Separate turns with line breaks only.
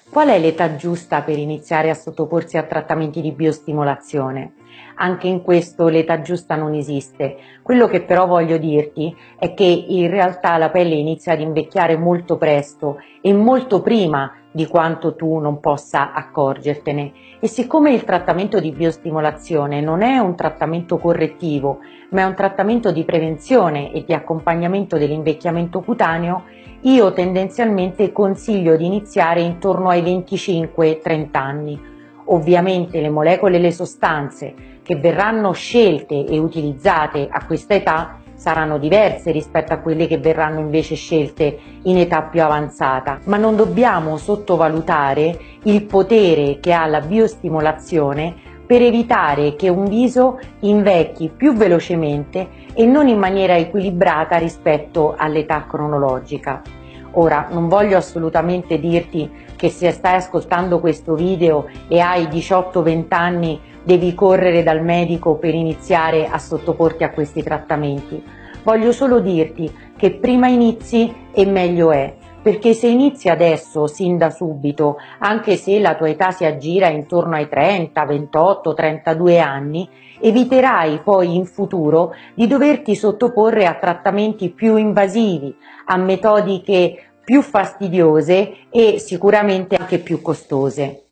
Qual è l'età giusta per iniziare a sottoporsi a trattamenti di biostimolazione? Anche in questo l'età giusta non esiste. Quello che però voglio dirti è che in realtà la pelle inizia ad invecchiare molto presto e molto prima di quanto tu non possa accorgertene. E siccome il trattamento di biostimolazione non è un trattamento correttivo, ma è un trattamento di prevenzione e di accompagnamento dell'invecchiamento cutaneo, io tendenzialmente consiglio di iniziare intorno ai 25-30 anni. Ovviamente le molecole e le sostanze che verranno scelte e utilizzate a questa età saranno diverse rispetto a quelle che verranno invece scelte in età più avanzata, ma non dobbiamo sottovalutare il potere che ha la biostimolazione per evitare che un viso invecchi più velocemente e non in maniera equilibrata rispetto all'età cronologica. Ora, non voglio assolutamente dirti che se stai ascoltando questo video e hai 18-20 anni devi correre dal medico per iniziare a sottoporti a questi trattamenti. Voglio solo dirti che prima inizi e meglio è, perché se inizi adesso, sin da subito, anche se la tua età si aggira intorno ai 30, 28, 32 anni, eviterai poi in futuro di doverti sottoporre a trattamenti più invasivi, a metodiche più fastidiose e sicuramente anche più costose.